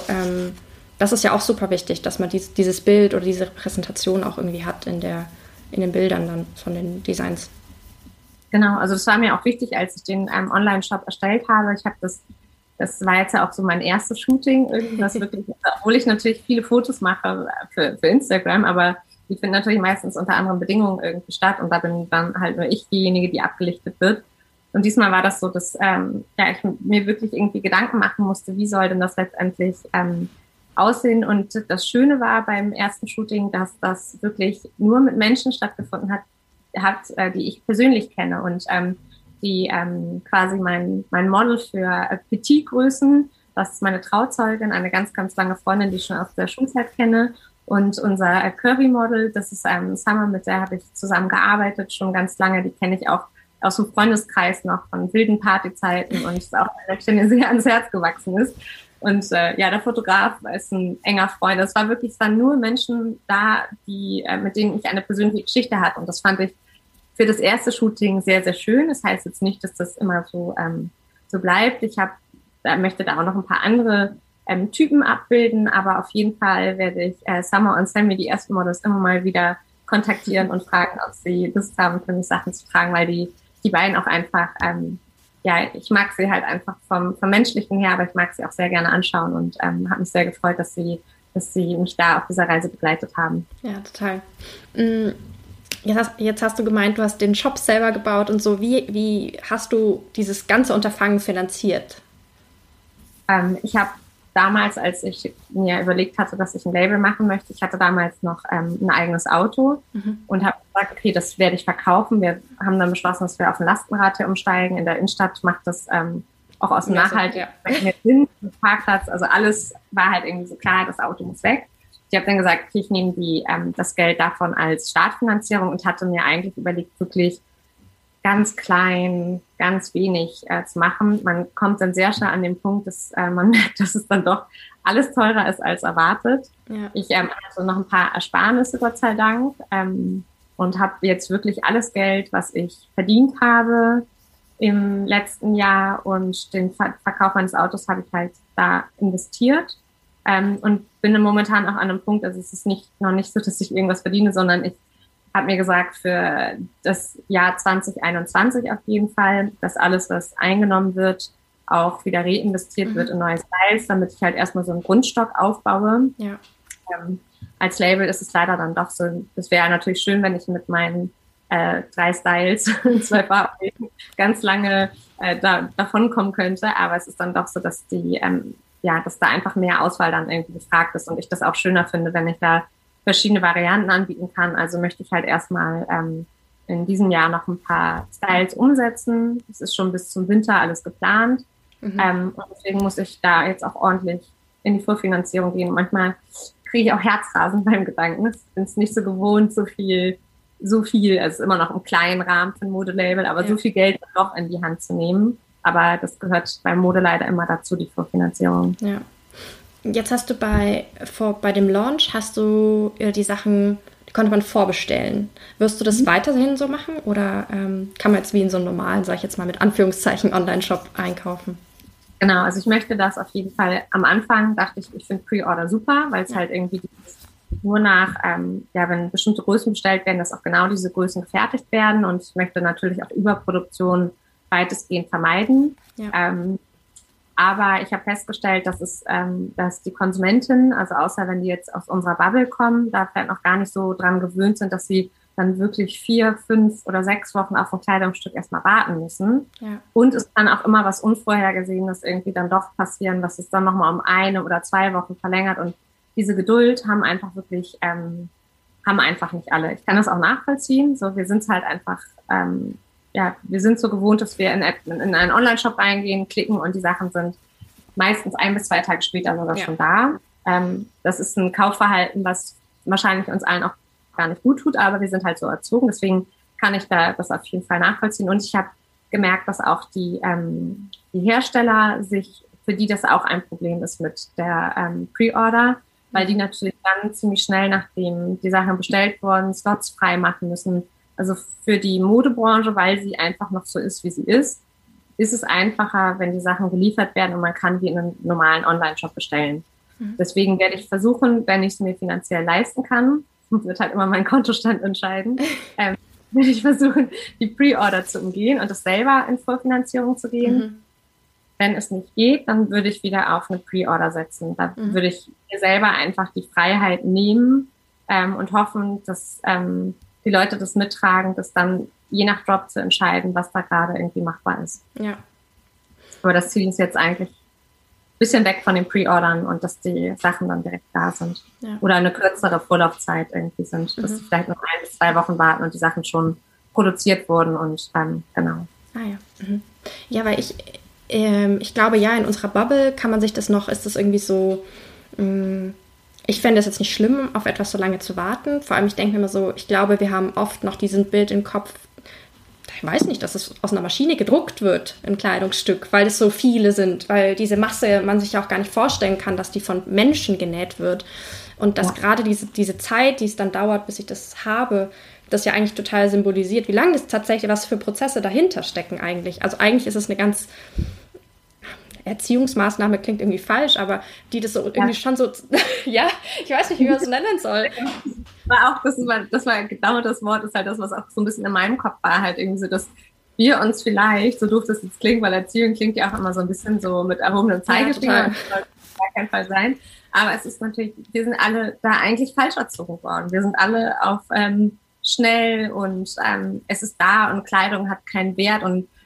S1: Das ist ja auch super wichtig, dass man dieses Bild oder diese Repräsentation auch irgendwie hat in der, in den Bildern dann von den Designs.
S2: Genau, also das war mir auch wichtig, als ich den ähm, Online-Shop erstellt habe. Ich habe das, das war jetzt ja auch so mein erstes Shooting, irgendwie, was wirklich, obwohl ich natürlich viele Fotos mache für, für Instagram, aber die finden natürlich meistens unter anderen Bedingungen irgendwie statt und da bin dann halt nur ich diejenige, die abgelichtet wird. Und diesmal war das so, dass ähm, ja, ich mir wirklich irgendwie Gedanken machen musste, wie soll denn das letztendlich ähm, aussehen. Und das Schöne war beim ersten Shooting, dass das wirklich nur mit Menschen stattgefunden hat, hat äh, die ich persönlich kenne und ähm, die ähm, quasi mein, mein Model für äh, Petitgrößen, das ist meine Trauzeugin, eine ganz, ganz lange Freundin, die ich schon aus der Schulzeit kenne. Und unser Curvy-Model, das ist ähm, Summer, mit der habe ich zusammen gearbeitet, schon ganz lange. Die kenne ich auch aus dem Freundeskreis noch von wilden Partyzeiten und ist auch eine, die mir sehr ans Herz gewachsen ist. Und äh, ja, der Fotograf ist ein enger Freund. Es war wirklich, es waren nur Menschen da, die äh, mit denen ich eine persönliche Geschichte hatte. Und das fand ich für das erste Shooting sehr, sehr schön. Das heißt jetzt nicht, dass das immer so ähm, so bleibt. Ich habe, da möchte da auch noch ein paar andere Ähm, Typen abbilden, aber auf jeden Fall werde ich äh, Summer und Sammy, die ersten Models, immer mal wieder kontaktieren und fragen, ob sie Lust haben, für mich Sachen zu tragen, weil die die beiden auch einfach, ähm, ja, ich mag sie halt einfach vom, vom Menschlichen her, aber ich mag sie auch sehr gerne anschauen und ähm, habe mich sehr gefreut, dass sie, dass sie mich da auf dieser Reise begleitet haben.
S1: Ja, total. Jetzt hast, jetzt hast du gemeint, du hast den Shop selber gebaut und so. Wie, wie hast du dieses ganze Unterfangen finanziert?
S2: Ähm, ich habe damals, als ich mir überlegt hatte, dass ich ein Label machen möchte, ich hatte damals noch ähm, ein eigenes Auto mhm. und habe gesagt, okay, das werde ich verkaufen. Wir haben dann beschlossen, dass wir auf ein Lastenrad hier umsteigen. In der Innenstadt macht das ähm, auch aus dem Nachhaltigen ja. Sinn, Parkplatz, also alles war halt irgendwie so klar, das Auto muss weg. Ich habe dann gesagt, okay, ich nehme die, ähm, das Geld davon als Startfinanzierung und hatte mir eigentlich überlegt, wirklich ganz klein, ganz wenig äh, zu machen. Man kommt dann sehr schnell an den Punkt, dass äh, man merkt, dass es dann doch alles teurer ist als erwartet. Ja. Ich ähm, hatte noch ein paar Ersparnisse, Gott sei Dank, ähm, und habe jetzt wirklich alles Geld, was ich verdient habe im letzten Jahr und den Ver- Verkauf meines Autos habe ich halt da investiert ähm, und bin momentan auch an einem Punkt, also es ist nicht noch nicht so, dass ich irgendwas verdiene, sondern ich habe mir gesagt, für das Jahr zwanzig einundzwanzig auf jeden Fall, dass alles, was eingenommen wird, auch wieder reinvestiert mhm. wird in neue Styles, damit ich halt erstmal so einen Grundstock aufbaue. Ja. Ähm, als Label ist es leider dann doch so, es wäre natürlich schön, wenn ich mit meinen äh, drei Styles, zwei Farben, ganz lange äh, da, davon kommen könnte, aber es ist dann doch so, dass die, ähm, ja, dass da einfach mehr Auswahl dann irgendwie gefragt ist und ich das auch schöner finde, wenn ich da verschiedene Varianten anbieten kann. Also möchte ich halt erstmal ähm, in diesem Jahr noch ein paar Styles umsetzen. Es ist schon bis zum Winter alles geplant. Mhm. Ähm, und deswegen muss ich da jetzt auch ordentlich in die Vorfinanzierung gehen. Manchmal kriege ich auch Herzrasen beim Gedanken. Ich bin es nicht so gewohnt, so viel, so viel, also immer noch im kleinen Rahmen für ein Modelabel, aber ja. so viel Geld doch in die Hand zu nehmen. Aber das gehört beim Mode leider immer dazu, die Vorfinanzierung.
S1: Ja. Jetzt hast du bei, vor, bei dem Launch, hast du äh, die Sachen, die konnte man vorbestellen. Wirst du das mhm. weiterhin so machen oder ähm, kann man jetzt wie in so einem normalen, sag ich jetzt mal mit Anführungszeichen, Online-Shop einkaufen?
S2: Genau, also ich möchte das auf jeden Fall. Am Anfang dachte ich, ich finde Pre-Order super, weil es ja. halt irgendwie nur nach, ähm, ja, wenn bestimmte Größen bestellt werden, dass auch genau diese Größen gefertigt werden und ich möchte natürlich auch Überproduktion weitestgehend vermeiden. Ja. Ähm, Aber ich habe festgestellt, dass es, ähm, dass die Konsumentinnen, also außer wenn die jetzt aus unserer Bubble kommen, da vielleicht noch gar nicht so dran gewöhnt sind, dass sie dann wirklich vier, fünf oder sechs Wochen auf ein Kleidungsstück erstmal warten müssen. Ja. Und es kann auch immer was Unvorhergesehenes irgendwie dann doch passieren, was es dann nochmal um eine oder zwei Wochen verlängert. Und diese Geduld haben einfach wirklich, ähm, haben einfach nicht alle. Ich kann das auch nachvollziehen. So, wir sind es halt einfach, ähm, ja, wir sind so gewohnt, dass wir in, in einen Online-Shop reingehen, klicken und die Sachen sind meistens ein bis zwei Tage später sogar ja. schon da. Ähm, das ist ein Kaufverhalten, was wahrscheinlich uns allen auch gar nicht gut tut, aber wir sind halt so erzogen. Deswegen kann ich da das auf jeden Fall nachvollziehen. Und ich habe gemerkt, dass auch die, ähm, die Hersteller sich, für die das auch ein Problem ist mit der ähm, Pre-Order, weil die natürlich dann ziemlich schnell, nachdem die Sachen bestellt wurden, Slots frei machen müssen. Also für die Modebranche, weil sie einfach noch so ist, wie sie ist, ist es einfacher, wenn die Sachen geliefert werden und man kann die in einem normalen Online-Shop bestellen. Mhm. Deswegen werde ich versuchen, wenn ich es mir finanziell leisten kann, wird halt immer mein Kontostand entscheiden, ähm, werde ich versuchen, die Pre-Order zu umgehen und das selber in Vorfinanzierung zu gehen. Mhm. Wenn es nicht geht, dann würde ich wieder auf eine Pre-Order setzen. Da mhm. würde ich mir selber einfach die Freiheit nehmen ähm, und hoffen, dass ähm, die Leute das mittragen, das dann je nach Drop zu entscheiden, was da gerade irgendwie machbar ist. Ja. Aber das Ziel ist jetzt eigentlich ein bisschen weg von den Pre-Ordern und dass die Sachen dann direkt da sind. Ja. Oder eine kürzere Vorlaufzeit irgendwie sind, dass mhm. sie vielleicht noch ein bis zwei Wochen warten und die Sachen schon produziert wurden und ähm, genau.
S1: Ah ja. Mhm. Ja, weil ich, ähm, ich glaube, ja, in unserer Bubble kann man sich das noch, ist das irgendwie so, mh, ich fände es jetzt nicht schlimm, auf etwas so lange zu warten. Vor allem, ich denke mir immer so, ich glaube, wir haben oft noch diesen Bild im Kopf, ich weiß nicht, dass es aus einer Maschine gedruckt wird, ein Kleidungsstück, weil es so viele sind, weil diese Masse man sich auch gar nicht vorstellen kann, dass die von Menschen genäht wird. Und dass ja. gerade diese, diese Zeit, die es dann dauert, bis ich das habe, das ja eigentlich total symbolisiert, wie lange das tatsächlich, was für Prozesse dahinter stecken eigentlich. Also eigentlich ist es eine ganz Erziehungsmaßnahme, klingt irgendwie falsch, aber die das so ja. irgendwie schon so, ja, ich weiß nicht, wie man es nennen soll.
S2: War auch, das war, das war genau das Wort, ist halt das, was auch so ein bisschen in meinem Kopf war, halt irgendwie so, dass wir uns vielleicht, so doof das jetzt klingt, weil Erziehung klingt ja auch immer so ein bisschen so mit erhobenem Zeigefinger, ja, das soll auf gar keinen Fall sein, aber es ist natürlich, wir sind alle da eigentlich falsch erzogen worden. Wir sind alle auf ähm, schnell und ähm, es ist da und Kleidung hat keinen Wert und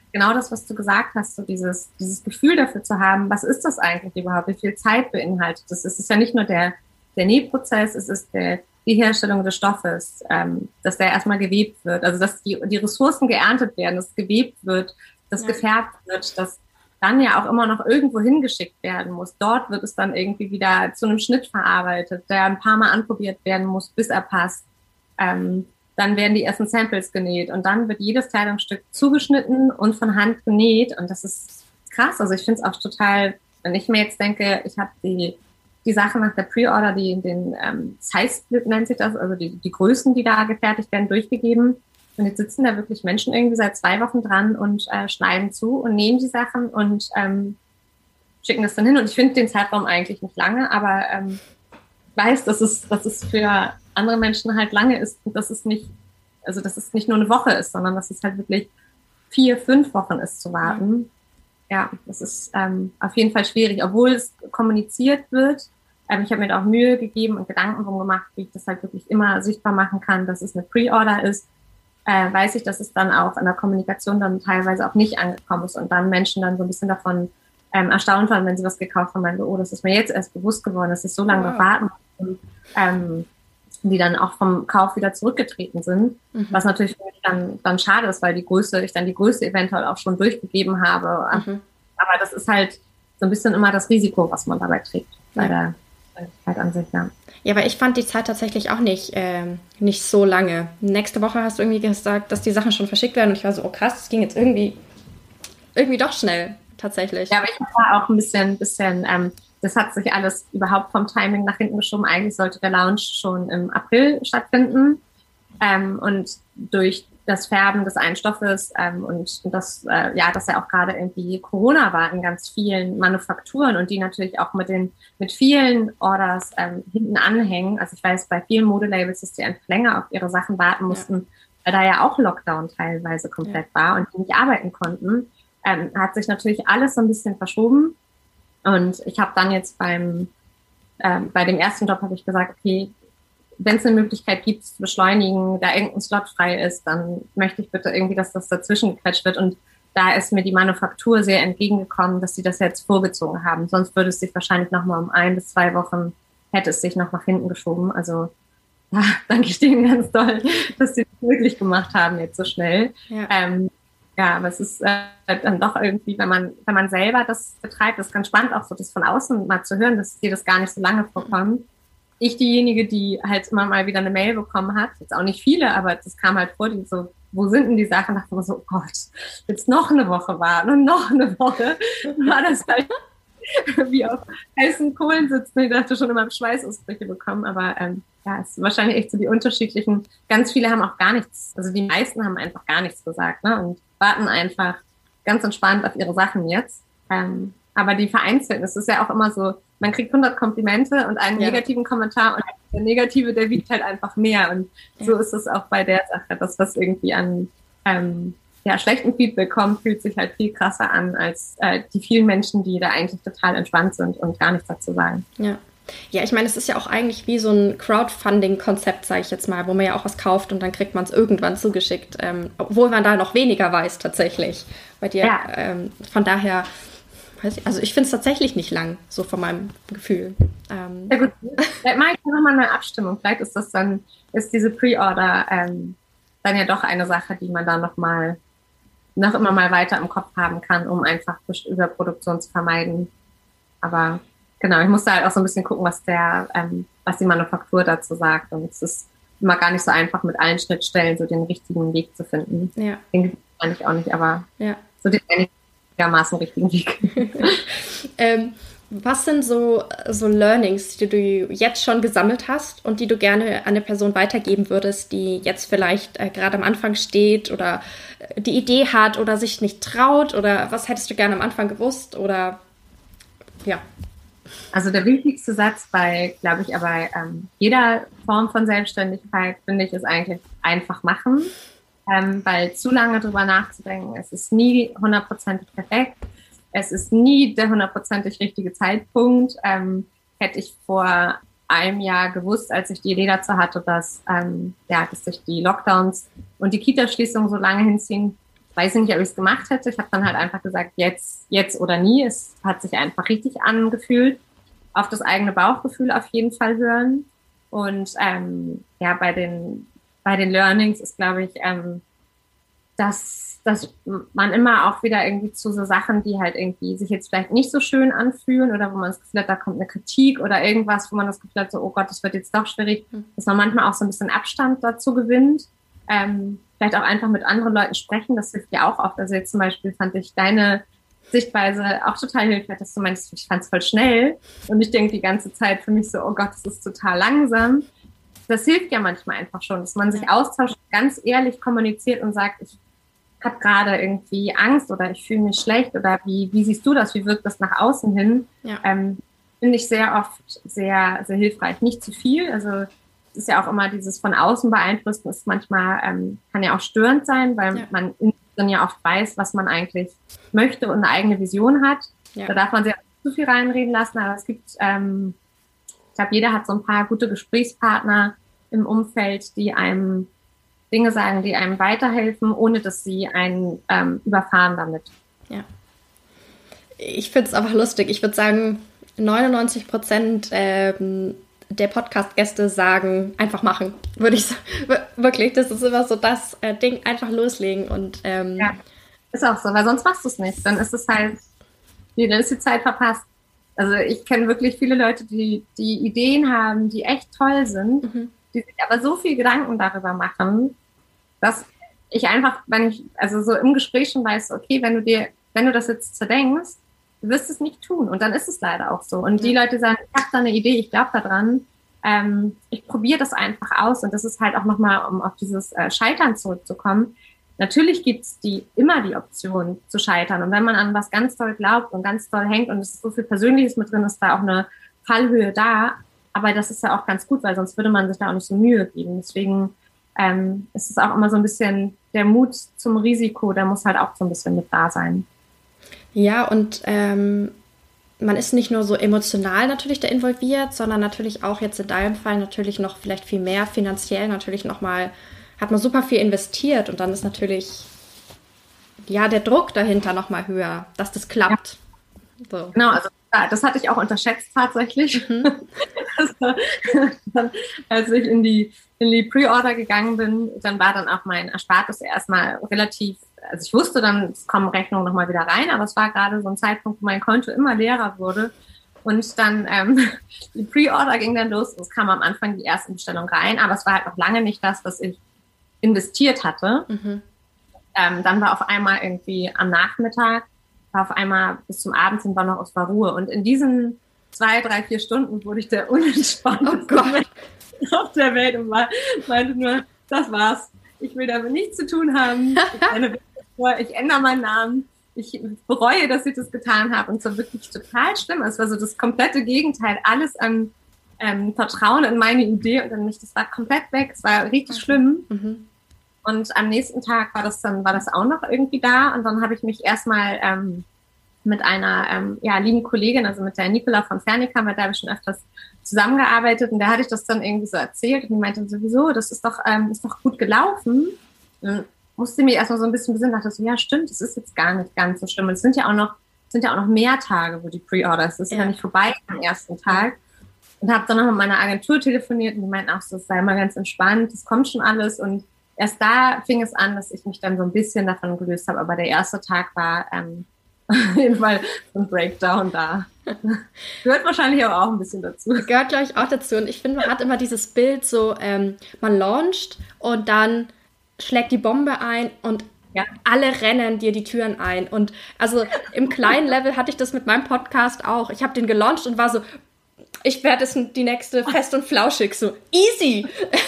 S2: genau das, was du gesagt hast, so dieses, dieses Gefühl dafür zu haben, was ist das eigentlich überhaupt, wie viel Zeit beinhaltet das? Es ist ja nicht nur der, der Nähprozess, es ist der, die Herstellung des Stoffes, ähm, dass der erstmal gewebt wird, also dass die, die Ressourcen geerntet werden, dass gewebt wird, dass ja. gefärbt wird, dass dann ja auch immer noch irgendwo hingeschickt werden muss. Dort wird es dann irgendwie wieder zu einem Schnitt verarbeitet, der ein paar Mal anprobiert werden muss, bis er passt. Ähm, dann werden die ersten Samples genäht und dann wird jedes Kleidungsstück zugeschnitten und von Hand genäht und das ist krass. Also ich finde es auch total, wenn ich mir jetzt denke, ich habe die die Sachen nach der Pre-Order, die in den ähm, Size-Split nennt sich das, also die, die Größen, die da gefertigt werden, durchgegeben. Und jetzt sitzen da wirklich Menschen irgendwie seit zwei Wochen dran und äh, schneiden zu und nehmen die Sachen und ähm, schicken das dann hin. Und ich finde den Zeitraum eigentlich nicht lange, aber ähm, weiß, dass es, dass es für andere Menschen halt lange ist und dass es nicht, also dass es nicht nur eine Woche ist, sondern dass es halt wirklich vier, fünf Wochen ist zu warten. Ja, das ist ähm, auf jeden Fall schwierig, obwohl es kommuniziert wird. Ähm, ich habe mir da auch Mühe gegeben und Gedanken drum gemacht, wie ich das halt wirklich immer sichtbar machen kann, dass es eine Pre-Order ist. Äh, weiß ich, dass es dann auch in der Kommunikation dann teilweise auch nicht angekommen ist und dann Menschen dann so ein bisschen davon ähm, erstaunt waren, wenn sie was gekauft haben, meinen, oh, das ist mir jetzt erst bewusst geworden, dass ich so lange wow. warten muss, ähm, die dann auch vom Kauf wieder zurückgetreten sind, mhm. was natürlich für mich dann, dann schade ist, weil die Größe, ich dann die Größe eventuell auch schon durchgegeben habe. Mhm. Aber das ist halt so ein bisschen immer das Risiko, was man dabei trägt, bei ja. der Zeit an sich, ja.
S1: Ja, aber ich fand die Zeit tatsächlich auch nicht, äh, nicht so lange. Nächste Woche hast du irgendwie gesagt, dass die Sachen schon verschickt werden und ich war so, oh krass, das ging jetzt irgendwie, irgendwie doch schnell, tatsächlich.
S2: Ja, aber ich war auch ein bisschen, bisschen, ähm, das hat sich alles überhaupt vom Timing nach hinten geschoben. Eigentlich sollte der Launch schon im April stattfinden. Ähm, und durch das Färben des einen Stoffes ähm, und das, äh, ja, dass ja auch gerade irgendwie Corona war in ganz vielen Manufakturen und die natürlich auch mit den mit vielen Orders ähm, hinten anhängen. Also ich weiß, bei vielen Modelabels, dass die einfach länger auf ihre Sachen warten mussten, ja. weil da ja auch Lockdown teilweise komplett ja. war und die nicht arbeiten konnten, ähm, hat sich natürlich alles so ein bisschen verschoben. Und ich habe dann jetzt beim ähm, bei dem ersten Job habe ich gesagt, okay, wenn es eine Möglichkeit gibt, zu beschleunigen, da irgendein Slot frei ist, dann möchte ich bitte irgendwie, dass das dazwischen gequetscht wird. Und da ist mir die Manufaktur sehr entgegengekommen, dass sie das jetzt vorgezogen haben. Sonst würde es sich wahrscheinlich noch mal um ein bis zwei Wochen, hätte es sich noch nach hinten geschoben. Also ja, danke ich denen ganz doll, dass sie das möglich gemacht haben jetzt so schnell. Ja. Ähm, Ja, aber es ist äh, dann doch irgendwie, wenn man wenn man selber das betreibt, das ist ganz spannend, auch so das von außen mal zu hören, dass dir das gar nicht so lange vorkommt. Ich diejenige, die halt immer mal wieder eine Mail bekommen hat, jetzt auch nicht viele, aber das kam halt vor, die so, wo sind denn die Sachen? Da dachte ich so, oh Gott, jetzt noch eine Woche warten und noch eine Woche. War das halt wie auf heißen Kohlen sitzen. Ich dachte schon immer Schweißausbrüche bekommen, aber ähm, ja, es ist wahrscheinlich echt so die unterschiedlichen. Ganz viele haben auch gar nichts, also die meisten haben einfach gar nichts gesagt, ne, und warten einfach ganz entspannt auf ihre Sachen jetzt. Ähm, aber die vereinzelten, es ist ja auch immer so, man kriegt hundert Komplimente und einen ja. negativen Kommentar und der negative, der wiegt halt einfach mehr. Und ja. so ist es auch bei der Sache, dass was irgendwie an ähm, ja, schlechten Feedback kommt, fühlt sich halt viel krasser an als äh, die vielen Menschen, die da eigentlich total entspannt sind und gar nichts dazu sagen.
S1: Ja. Ja, ich meine, es ist ja auch eigentlich wie so ein Crowdfunding-Konzept, sage ich jetzt mal, wo man ja auch was kauft und dann kriegt man es irgendwann zugeschickt, ähm, obwohl man da noch weniger weiß tatsächlich bei dir. Ja. Ähm, von daher, weiß ich, also ich finde es tatsächlich nicht lang, so von meinem Gefühl. Ähm,
S2: ja gut, vielleicht mache ich nochmal eine Abstimmung. Vielleicht ist das dann, ist diese Pre-Order ähm, dann ja doch eine Sache, die man da nochmal, noch immer mal weiter im Kopf haben kann, um einfach Überproduktion zu vermeiden. Aber genau, ich musste halt auch so ein bisschen gucken, was der, ähm, was die Manufaktur dazu sagt. Und es ist immer gar nicht so einfach, mit allen Schnittstellen so den richtigen Weg zu finden. Ja. Den gibt es eigentlich auch nicht, aber ja. so den einigermaßen richtigen Weg.
S1: ähm, was sind so, so Learnings, die du jetzt schon gesammelt hast und die du gerne an eine Person weitergeben würdest, die jetzt vielleicht äh, gerade am Anfang steht oder die Idee hat oder sich nicht traut, oder was hättest du gerne am Anfang gewusst, oder ja.
S2: Also der wichtigste Satz bei, glaube ich, aber ähm, jeder Form von Selbstständigkeit, finde ich, ist eigentlich einfach machen, ähm, weil zu lange drüber nachzudenken, es ist nie hundertprozentig perfekt, es ist nie der hundertprozentig richtige Zeitpunkt. Ähm, hätte ich vor einem Jahr gewusst, als ich die Idee dazu hatte, dass, ähm, ja, dass sich die Lockdowns und die Kita-Schließungen so lange hinziehen, weiß ich nicht, ob ich es gemacht hätte. Ich habe dann halt einfach gesagt, jetzt, jetzt oder nie. Es hat sich einfach richtig angefühlt. Auf das eigene Bauchgefühl auf jeden Fall hören. Und ähm, ja, bei den, bei den Learnings ist, glaube ich, ähm, dass, dass man immer auch wieder irgendwie zu so Sachen, die halt irgendwie sich jetzt vielleicht nicht so schön anfühlen oder wo man das Gefühl hat, da kommt eine Kritik oder irgendwas, wo man das Gefühl hat, so, oh Gott, das wird jetzt doch schwierig, dass man manchmal auch so ein bisschen Abstand dazu gewinnt. Ähm, vielleicht auch einfach mit anderen Leuten sprechen, das hilft ja auch oft. Also jetzt zum Beispiel fand ich deine Sichtweise auch total hilfreich, dass du meinst, ich fand es voll schnell und ich denke die ganze Zeit für mich so, oh Gott, das ist total langsam. Das hilft ja manchmal einfach schon, dass man sich austauscht, ganz ehrlich kommuniziert und sagt, ich habe gerade irgendwie Angst oder ich fühle mich schlecht oder wie, wie siehst du das, wie wirkt das nach außen hin? Ja. Ähm, finde ich sehr oft sehr, sehr hilfreich. Nicht zu viel, also es ist ja auch immer dieses von außen beeinflussen, ist manchmal, ähm, kann ja auch störend sein, weil ja. man dann ja oft weiß, was man eigentlich möchte und eine eigene Vision hat. Ja. Da darf man sich auch nicht zu viel reinreden lassen, aber es gibt, ähm, ich glaube, jeder hat so ein paar gute Gesprächspartner im Umfeld, die einem Dinge sagen, die einem weiterhelfen, ohne dass sie einen ähm, überfahren damit.
S1: Ja. Ich finde es einfach lustig. Ich würde sagen, neunundneunzig Prozent ähm, der Podcast-Gäste sagen, einfach machen. Würde ich sagen. Wirklich, das ist immer so das äh, Ding, einfach loslegen. Und, ähm,
S2: ja, ist auch so, weil sonst machst du es nicht. Dann ist es halt, dann ist die Zeit verpasst. Also ich kenne wirklich viele Leute, die, die Ideen haben, die echt toll sind, mhm. die sich aber so viel Gedanken darüber machen, dass ich einfach, wenn ich, also so im Gespräch schon weiß, okay, wenn du dir, wenn du das jetzt zerdenkst, du wirst es nicht tun. Und dann ist es leider auch so. Und die Leute sagen, ich habe da eine Idee, ich glaube daran, ähm, ich probiere das einfach aus. Und das ist halt auch nochmal, um auf dieses äh, Scheitern zurückzukommen. Natürlich gibt's die, immer die Option zu scheitern. Und wenn man an was ganz doll glaubt und ganz doll hängt und es ist so viel Persönliches mit drin, ist da auch eine Fallhöhe da. Aber das ist ja auch ganz gut, weil sonst würde man sich da auch nicht so Mühe geben. Deswegen ähm, ist es auch immer so ein bisschen der Mut zum Risiko, der muss halt auch so ein bisschen mit da sein.
S1: Ja, und ähm, man ist nicht nur so emotional natürlich da involviert, sondern natürlich auch jetzt in deinem Fall natürlich noch vielleicht viel mehr finanziell, natürlich nochmal, hat man super viel investiert und dann ist natürlich, ja, der Druck dahinter nochmal höher, dass das klappt.
S2: Ja. So. Genau, also das hatte ich auch unterschätzt tatsächlich. Mhm. Also, dann, als ich in die, in die Pre-Order gegangen bin, dann war dann auch mein Erspartes erstmal relativ, also ich wusste dann, es kommen Rechnungen nochmal wieder rein, aber es war gerade so ein Zeitpunkt, wo mein Konto immer leerer wurde. Und dann, ähm, die Pre-Order ging dann los, es kam am Anfang die erste Bestellung rein, aber es war halt noch lange nicht das, was ich investiert hatte. Mhm. Ähm, dann war auf einmal irgendwie am Nachmittag, war auf einmal bis zum Abend hin war noch aus der Ruhe. Und in diesen zwei, drei, vier Stunden wurde ich der unentspannteste oh auf der Welt und war, meinte nur, das war's. Ich will damit nichts zu tun haben. Ich, ich ändere meinen Namen. Ich bereue, dass ich das getan habe. Und es war wirklich total schlimm. Es war so das komplette Gegenteil. Alles an ähm, Vertrauen in meine Idee und an mich. Das war komplett weg. Es war richtig okay. schlimm. Mhm. Und am nächsten Tag war das dann, war das auch noch irgendwie da. Und dann habe ich mich erstmal ähm, mit einer ähm, ja, lieben Kollegin, also mit der Nicola von Fernica, mit der habe ich schon öfters zusammengearbeitet. Und da hatte ich das dann irgendwie so erzählt. Und die meinte sowieso, das ist doch, ähm, ist doch gut gelaufen. Und musste mich erstmal so ein bisschen besinnen, dachte so, ja stimmt, das ist jetzt gar nicht ganz so schlimm. Und es sind ja auch noch, sind ja auch noch mehr Tage, wo die Pre-Order ist. Das ist ja. ja nicht vorbei am ersten Tag. Und habe dann noch mit meiner Agentur telefoniert und die meinten auch so, es sei mal ganz entspannt, das kommt schon alles. Und erst da fing es an, dass ich mich dann so ein bisschen davon gelöst habe. Aber der erste Tag war ähm, auf jeden Fall so ein Breakdown da. Gehört wahrscheinlich aber auch ein bisschen dazu.
S1: Gehört, glaube ich, auch dazu. Und ich finde, man hat immer dieses Bild so, ähm, man launcht und dann schlägt die Bombe ein und ja. alle rennen dir die Türen ein. Und also im kleinen Level hatte ich das mit meinem Podcast auch. Ich habe den gelauncht und war so, ich werde es die nächste Fest und Flauschig, so easy.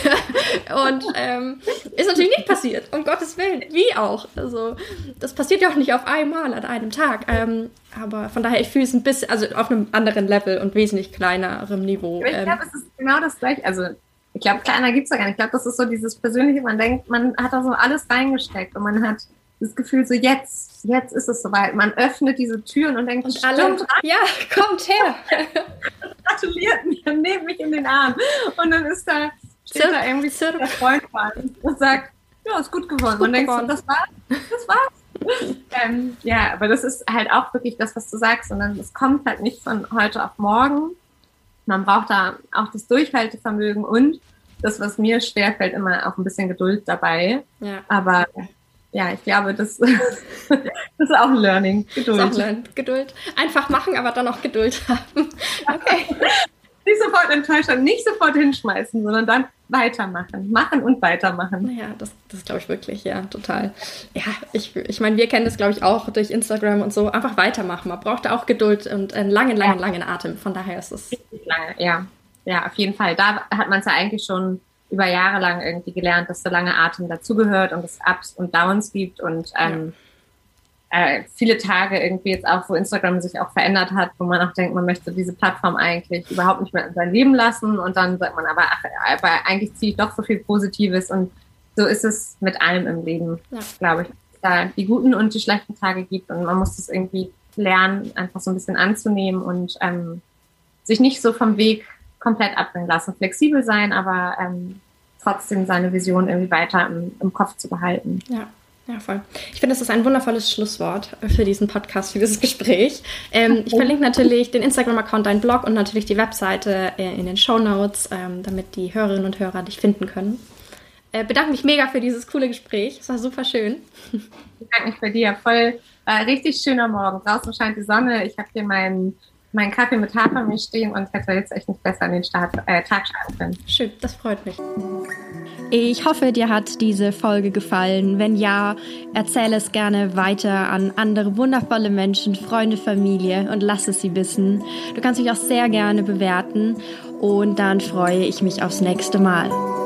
S1: Und ähm, ist natürlich nicht passiert, um Gottes Willen, wie auch. Also das passiert ja auch nicht auf einmal an einem Tag. Ähm, aber von daher, ich fühle es ein bisschen, also auf einem anderen Level und wesentlich kleinerem Niveau.
S2: Ich glaube, es ist genau das Gleiche. Also ich glaube, kleiner gibt's ja gar nicht. Ich glaube, das ist so dieses Persönliche, man denkt, man hat da so alles reingesteckt und man hat das Gefühl so, jetzt, jetzt ist es soweit. Man öffnet diese Türen und denkt,
S1: und alle, rein. Ja, kommt her.
S2: Gratuliert mir, nehmt mich in den Arm. Und dann ist da, steht Zirp, da irgendwie Zirp. der Freund und sagt, ja, ist gut geworden. Gut man denkt so, das war's, das war's. ähm, ja, aber das ist halt auch wirklich das, was du sagst, sondern es kommt halt nicht von heute auf morgen. Man braucht da auch das Durchhaltevermögen und das, was mir schwerfällt, immer auch ein bisschen Geduld dabei. Ja. Aber ja, ich glaube, das, das ist auch ein Learning. Geduld.
S1: Das ist auch Learning. Geduld. Einfach machen, aber dann auch Geduld haben. Okay.
S2: Nicht sofort enttäuschen, nicht sofort hinschmeißen, sondern dann weitermachen. Machen und weitermachen.
S1: Ja, das, das glaube ich wirklich, ja, total. Ja, ich, ich meine, wir kennen das, glaube ich, auch durch Instagram und so. Einfach weitermachen. Man braucht da auch Geduld und einen langen, langen, ja. langen Atem. Von daher ist es...
S2: Richtig lange, ja. Ja, auf jeden Fall. Da hat man es ja eigentlich schon über Jahre lang irgendwie gelernt, dass der lange Atem dazugehört und es Ups und Downs gibt und ähm, ja. äh, viele Tage irgendwie jetzt auch, wo Instagram sich auch verändert hat, wo man auch denkt, man möchte diese Plattform eigentlich überhaupt nicht mehr in sein Leben lassen und dann sagt man, aber, ach, aber eigentlich ziehe ich doch so viel Positives und so ist es mit allem im Leben, ja. glaube ich, dass es da die guten und die schlechten Tage gibt und man muss das irgendwie lernen, einfach so ein bisschen anzunehmen und ähm, sich nicht so vom Weg komplett abbringen lassen, flexibel sein, aber ähm, trotzdem seine Vision irgendwie weiter im, im Kopf zu behalten.
S1: Ja, ja, voll. Ich finde, das ist ein wundervolles Schlusswort für diesen Podcast, für dieses Gespräch. Ähm, ich verlinke natürlich den Instagram-Account, deinen Blog und natürlich die Webseite äh, in den Shownotes, ähm, damit die Hörerinnen und Hörer dich finden können. Äh, bedanke mich mega für dieses coole Gespräch. Es war super schön.
S2: Ich bedanke mich bei dir. Voll äh, richtig schöner Morgen. Draußen scheint die Sonne. Ich habe hier meinen meinen Kaffee mit Hafermilch stehen und hätte jetzt echt nicht besser an den Start, äh, Tag starten können.
S1: Schön, das freut mich. Ich hoffe, dir hat diese Folge gefallen. Wenn ja, erzähle es gerne weiter an andere wundervolle Menschen, Freunde, Familie und lass es sie wissen. Du kannst mich auch sehr gerne bewerten und dann freue ich mich aufs nächste Mal.